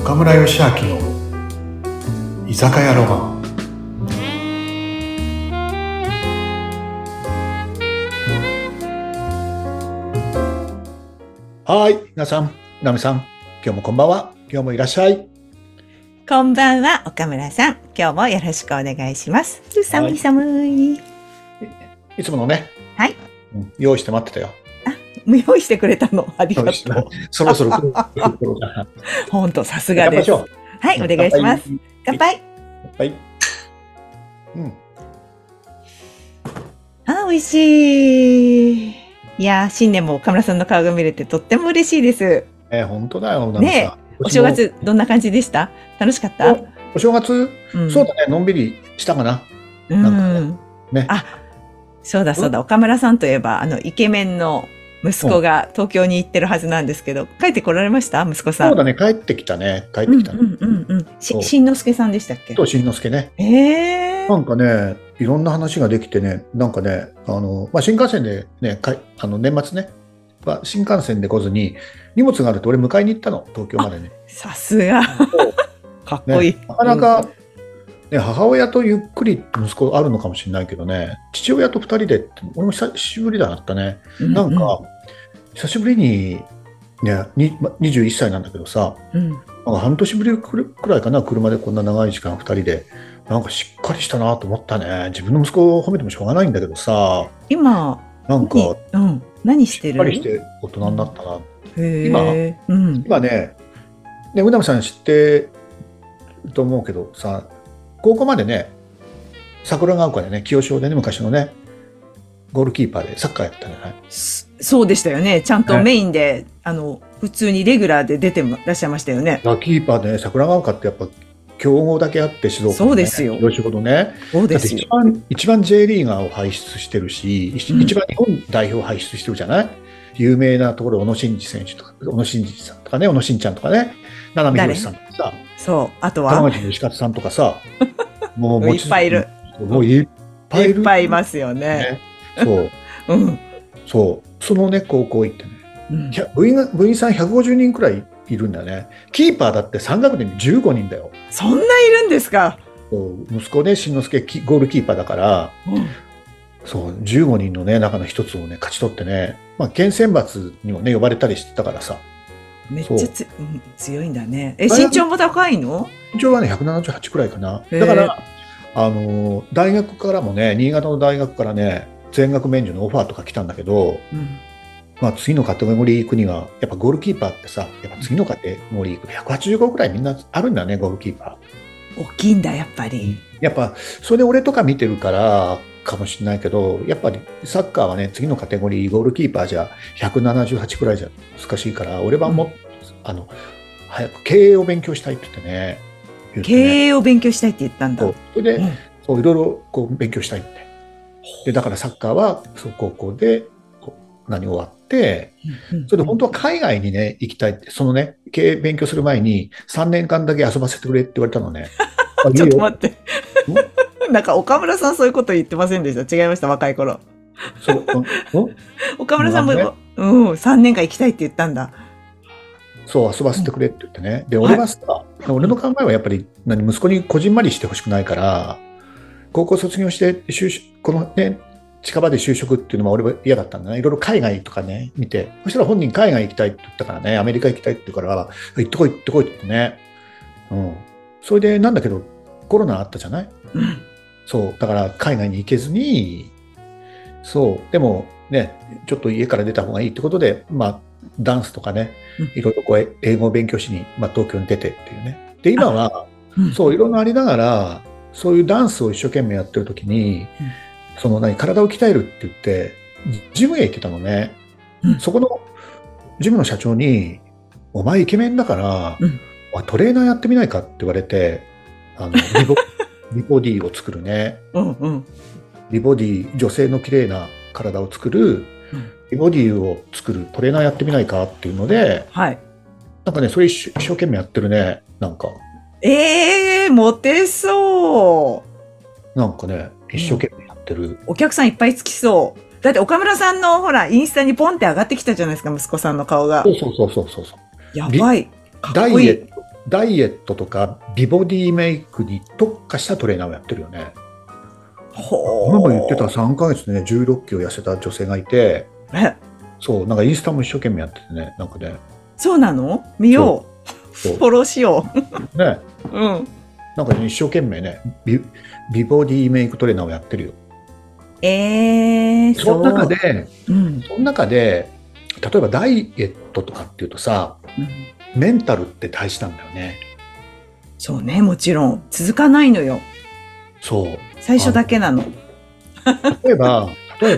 岡村義明の居酒屋ロマン。はい、皆さん、なみさん、今日もこんばんは。今日もいらっしゃい。 こんばんは、岡村さん。今日もよろしくお願いします。寒い寒い。 いつものね、 はい。 用意して待ってたよ。 用意してくれたの。ありがとう。 そろそろ来る頃だ。本当、さすがです。はい、お願いします。乾杯。 乾杯。 美味しい。いや、新年も岡村さんの顔が見れてとっても嬉しいです。 本当だよ。 ね、お正月どんな感じでした？楽しかった？ お正月、そうだね、のんびりしたかな。 ね。あ、そうだそうだ、岡村さんといえばイケメンの息子が東京に行ってるはずなんですけど、帰ってこられました？息子さん。 そうだね、帰ってきたね。 しんのすけさんでしたっけ？ そう、しんのすけね。なんかね、いろんな話ができてね、なんかね、新幹線でね、年末ね、新幹線で来ずに、荷物があると俺迎えに行ったの、東京までね。 さすが。かっこいい。 なかなか、ね、母親とゆっくり息子あるのかもしれないけどね、父親と2人でって、俺も久しぶりだったね。なんか、久しぶりに、ね、21歳なんだけどさ、なんか半年ぶりくらいかな、車でこんな長い時間2人で、なんかしっかりしたなと思ったね。自分の息子を褒めてもしょうがないんだけどさ、 今、 なんか、 何してる？ しっかりして大人になったな。今ね、うなみさん知ってると思うけどさ、高校までね、桜ヶ丘でね、清少でね、昔のね、ゴールキーパーでサッカーやったんじゃない？ そうでしたよね。ちゃんとメインで、普通にレギュラーで出てらっしゃいましたよね。 キーパーでね、桜ヶ丘ってやっぱ強豪だけあって静岡、 そうですよ。 広島のね。 そうですよ。 一番 J リーガーを輩出してるし、一番日本代表を輩出してるじゃない？有名なところ、小野伸二選手とか、小野伸二さんとかね、小野伸ちゃんとかね、七海宏さんとかさ、 そう、あとは山口義勝さんとかさ、 もういっぱいいる。 もういっぱいいる。 いっぱいいますよね。 そう。そう。そのね、高校行ってね、部員さん150人くらいいるんだよね。キーパーだって3学年に15人だよ。 そんないるんですか？ 息子ね、しんのすけゴールキーパーだから、そう、15人のね、中の一つをね、勝ち取ってね、県選抜にもね、呼ばれたりしてたからさ。 めっちゃ強いんだね。身長も高いの？ 身長はね、178くらいかな。だから、大学からもね、新潟の大学からね、全額免除のオファーとか来たんだけど、次のカテゴリー行くには、やっぱゴールキーパーってさ、やっぱ次のカテゴリー行く185くらいみんなあるんだね、ゴールキーパー。大きいんだ、やっぱり。 やっぱ、それで俺とか見てるからかもしれないけど、やっぱりサッカーはね、次のカテゴリー、ゴールキーパーじゃ178くらいじゃ難しいから、俺はもう、早く経営を勉強したいって言ってね。 経営を勉強したいって言ったんだ。 それで、いろいろこう勉強したいって。で、だからサッカーは、高校で、終わって、それで本当は海外にね、行きたいって、そのね、経営勉強する前に3年間だけ遊ばせてくれって言われたのね。 ちょっと待って。なんか岡村さんそういうこと言ってませんでした？違いました？若い頃。岡村さんも、3年間行きたいって言ったんだ。 そう、遊ばせてくれって言ってね。で、俺はさ、俺の考えはやっぱり、息子にこじんまりしてほしくないから、高校卒業して、このね、近場で就職っていうのも俺は嫌だったんだね。いろいろ海外とかね、見て。そしたら本人海外行きたいって言ったからね、アメリカ行きたいって言うから、行ってこい行ってこいって言ってね。それでなんだけど、コロナあったじゃない？そう、だから海外に行けずに、そう、でもね、ちょっと家から出た方がいいってことで、ダンスとかね、いろいろこう英語を勉強しに、東京に出てっていうね。で、今は、そう、いろいろありながら、そういうダンスを一生懸命やってる時に、体を鍛えるって言って、ジムへ行ってたのね。そこのジムの社長に、お前イケメンだから、トレーナーやってみないかって言われて、リボディを作るね。リボディ、女性の綺麗な体を作る、リボディを作るトレーナーやってみないかっていうので、なんかね、それ一生懸命やってるね、なんか。 モテそう。 なんかね、一生懸命やってる。 お客さんいっぱいつきそう。だって岡村さんのほら、インスタにポンって上がってきたじゃないですか、息子さんの顔が。 そう。 やばい。 ダイエダイエットとか美ボディメイクに特化したトレーナーをやってるよね。今も言ってた3ヶ月でね、16キロ痩せた女性がいて、そう、なんかインスタも一生懸命やっててね、なんかね。 そうなの？見よう。フォローしよう。ね。 うん。 なんか、ね、一生懸命ね、美ボディメイクトレーナーをやってるよ。その中で、その中で、例えばダイエットとかっていうとさ、メンタルって大事なんだよね。 そうね、もちろん。続かないのよ。 そう。 最初だけなの。 例えば、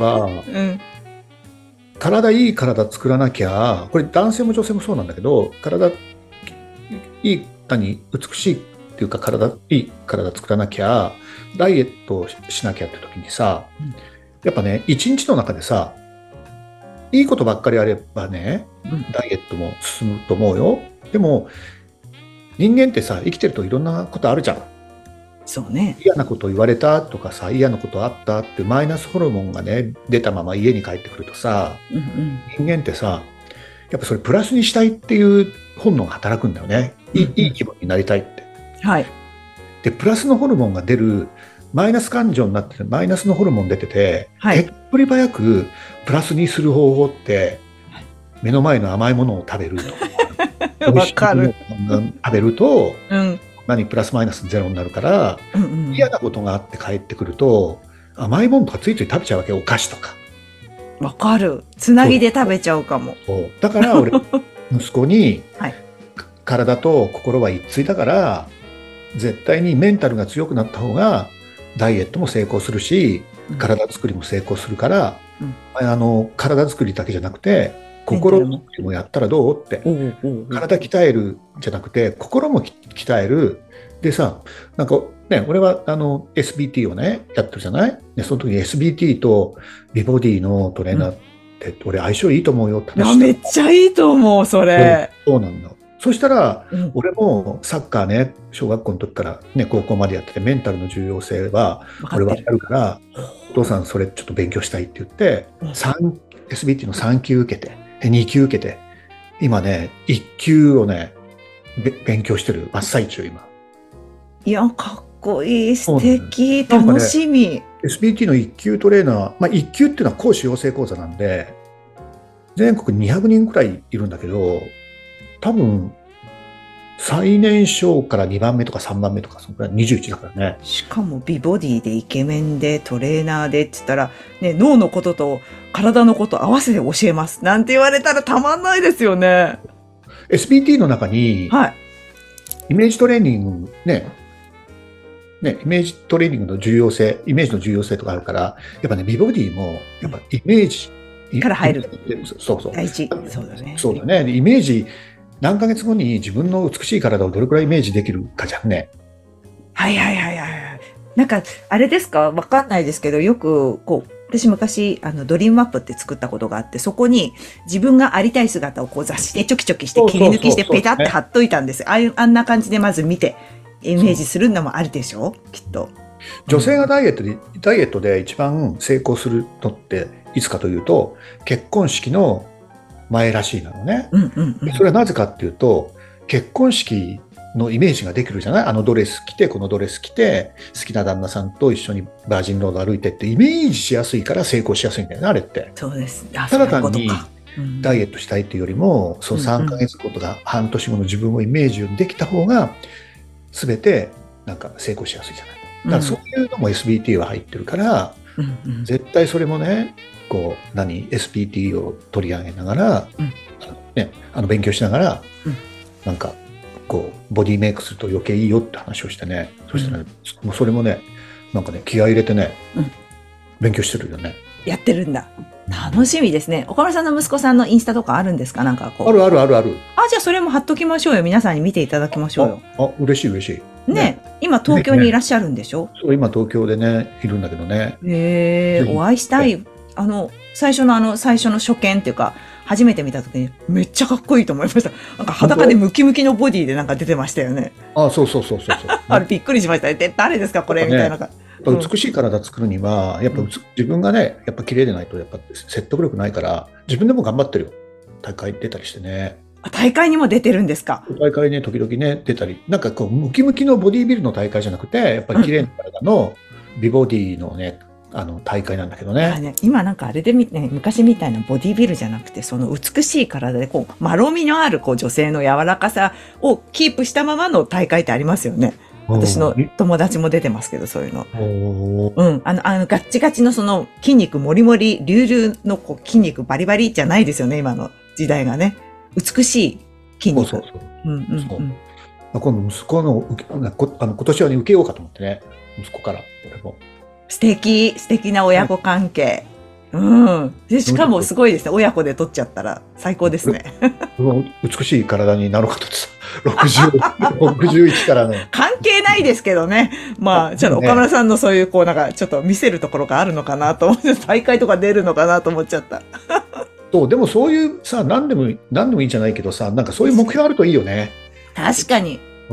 いい体作らなきゃ、これ男性も女性もそうなんだけど、美しいっていうかいい体作らなきゃ、ダイエットをしなきゃって時にさ、やっぱね、一日の中でさ、いいことばっかりあればね、ダイエットも進むと思うよ。でも、人間ってさ、生きてるといろんなことあるじゃん。 そうね。 嫌なこと言われたとかさ、嫌なことあったってマイナスホルモンがね、出たまま家に帰ってくるとさ、人間ってさ、やっぱそれプラスにしたいっていう本能が働くんだよね。いい気分になりたいって。 はい。 で、プラスのホルモンが出る、マイナス感情になってて、マイナスのホルモン出てて、手っ取り早くプラスにする方法って、目の前の甘いものを食べると。 わかる。 食べると、プラスマイナスゼロになるから、嫌なことがあって帰ってくると、甘いものとかついつい食べちゃうわけ、お菓子とか。 わかる。つなぎで食べちゃうかも。 そうだから俺、息子に、体と心は一対だから、絶対にメンタルが強くなった方が、ダイエットも成功するし、体作りも成功するから、体作りだけじゃなくて、心作りもやったらどうって。体鍛えるじゃなくて、心も鍛える。でさ、なんかね、俺はSBT をね、やってるじゃない？で、その時に SBT と美ボディのトレーナーって、俺相性いいと思うよって話した。 めっちゃいいと思う、それ。 そうなんだ。そしたら、俺もサッカーね、小学校の時からね、高校までやってて、メンタルの重要性は、俺分かるから、お父さんそれちょっと勉強したいって言って、SBT の3級受けて、2級受けて、今ね、1級をね、勉強してる真っ最中、今。 いや、かっこいい、素敵、楽しみ。 SBT の1級トレーナー、1級っていうのは講師養成講座なんで、全国200人くらいいるんだけど、多分、最年少から2番目とか3番目とか、そのくらい21だからね。 しかも美ボディでイケメンでトレーナーでって言ったら、ね、脳のことと体のこと合わせて教えます。なんて言われたらたまんないですよね。 SBT の中に、イメージトレーニングね、イメージトレーニングの重要性、イメージの重要性とかあるから、やっぱね、美ボディも、やっぱイメージ。 から入る。 そうそう。 大事。そうだね。 そうだね。イメージ、何ヶ月後に自分の美しい体をどれくらいイメージできるかじゃんね。 はいはいはいはい。なんか、あれですか？わかんないですけど、よく、私昔、ドリームマップって作ったことがあって、そこに自分がありたい姿を雑誌でチョキチョキして切り抜きしてペタって貼っといたんです。あんな感じでまず見て、イメージするのもあるでしょ？きっと。 女性がダイエットで一番成功するのっていつかというと、結婚式の前らしいなのね。それはなぜかっていうと、結婚式のイメージができるじゃない？あのドレス着て、このドレス着て、好きな旦那さんと一緒にバージンロード歩いてってイメージしやすいから成功しやすいんだよね、あれって。 そうです。 ただ単にダイエットしたいっていうよりも、その3ヶ月後とか半年後の自分をイメージできた方が、全てなんか成功しやすいじゃない。だからそういうのも SBT は入ってるから、絶対それもね、SBT を取り上げながら、勉強しながら、なんかボディメイクすると余計いいよって話をしてね。そしたらね、もうそれもね、なんかね、気合い入れてね、勉強してるよね。 やってるんだ。楽しみですね。岡村さんの息子さんのインスタとかあるんですか？なんかある。 じゃあそれも貼っときましょうよ。皆さんに見ていただきましょうよ。 嬉しい。 ね、今東京にいらっしゃるんでしょ？ そう、今東京でね、いるんだけどね。 お会いしたい。最初の初見っていうか、初めて見た時にめっちゃかっこいいと思いました。なんか裸でムキムキのボディでなんか出てましたよね。 そう。 あれびっくりしましたね。誰ですかこれみたいな。 美しい体作るには、やっぱ自分がね、やっぱ綺麗でないとやっぱ説得力ないから、自分でも頑張ってるよ。大会出たりしてね。 大会にも出てるんですか？ 大会ね、時々ね、出たり、なんかこう、ムキムキのボディービルの大会じゃなくて、やっぱり綺麗な体の美ボディのね、大会なんだけどね。 今なんかあれで昔みたいなボディビルじゃなくて、その美しい体で、こう、まろみのある、こう、女性の柔らかさをキープしたままの大会ってありますよね。私の友達も出てますけど、そういうの。うん。ガッチガチのその筋肉もりもり、隆々のこう筋肉バリバリじゃないですよね、今の時代がね。美しい筋肉。 そう。今度息子の、今年はね、受けようかと思ってね。息子から、俺も。 素敵な親子関係。うん。で、しかもすごいですね。親子で撮っちゃったら最高ですね。 美しい体になろうかとさ、61からね。 関係ないですけどね。まあ、ちょっと岡村さんのそういう、こう、なんか、ちょっと見せるところがあるのかなと思って、大会とか出るのかなと思っちゃった。 そう、でもそういうさ、何でもいいんじゃないけどさ、なんかそういう目標あるといいよね。 確かに。 うん。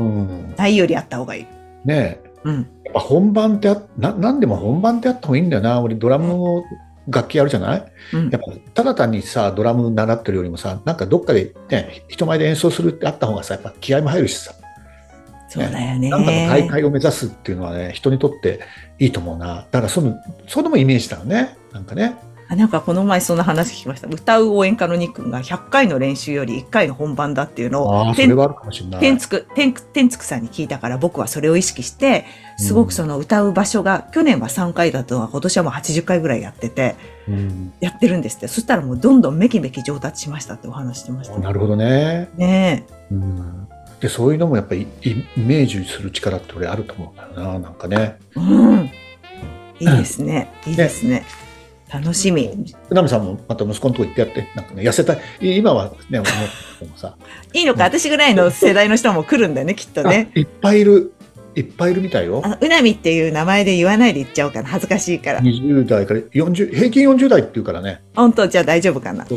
ないよりあった方がいい。 ねえ。 うん。 やっぱ本番って何でも本番ってあった方がいいんだよな。俺ドラムの楽器やるじゃない、やっぱただ単にさ、ドラム習ってるよりもさ、なんかどっかでね、人前で演奏するってあった方がさ、やっぱ気合も入るしさ。 そうだよね。 なんかの大会を目指すっていうのはね、人にとっていいと思うな。だからそのもイメージだよね。なんかね。 なんかこの前そんな話聞きました。歌う応援歌のニックが100回の練習より1回の本番だっていうのを、 それはあるかもしれない。 天竺さんに聞いたから僕はそれを意識して、すごくその歌う場所が、去年は3回だと今年はもう80回ぐらいやってて、やってるんですって。そしたらもうどんどんめきめき上達しましたってお話してました。 なるほどね。 ねえ。で、そういうのもやっぱりイメージする力って俺あると思うんだよな、なんかね。 いいですね。いいですね。楽しみ。 ナミさんもまた息子のとこ行ってやって、なんかね、痩せたい。今はね、思ってもさ。 いいのか、私ぐらいの世代の人も来るんだよね、きっとね。 いっぱいいるみたいよ。 うなみっていう名前で言わないで言っちゃおうかな。恥ずかしいから。 20代から40、平均40代って言うからね。 本当、じゃあ大丈夫かな。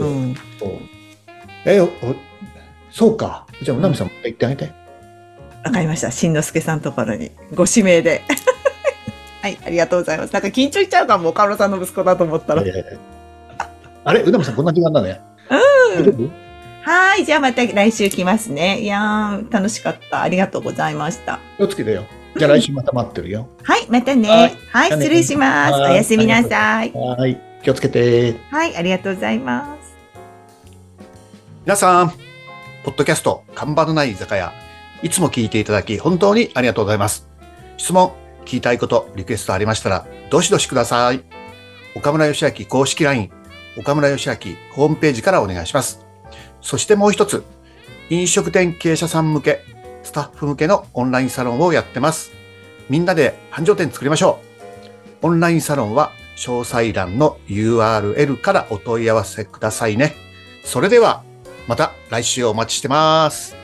そうか。じゃあ、ナミさんも行ってあげて。 わかりました。しんのすけさんのところにご指名で。はい、ありがとうございます。なんか緊張しちゃうかも、岡村さんの息子だと思ったら。 あれ、うなみさんこんな時間だね。 はい、じゃあまた来週来ますね。いやー、楽しかった。ありがとうございました。 気をつけてよ。じゃあ来週また待ってるよ。 はい、またね。はい、失礼します。おやすみなさい。 はい、気をつけて。 はい、ありがとうございます。 皆さん、ポッドキャスト、看板のない居酒屋、いつも聞いていただき、本当にありがとうございます。質問、聞きたいこと、リクエストありましたら、どしどしください。岡村義明公式 LINE、岡村義明ホームページからお願いします。そしてもう一つ、飲食店経営者さん向け、スタッフ向けのオンラインサロンをやってます。みんなで繁盛店作りましょう。オンラインサロンは詳細欄の URL からお問い合わせくださいね。それでは、また来週お待ちしてます。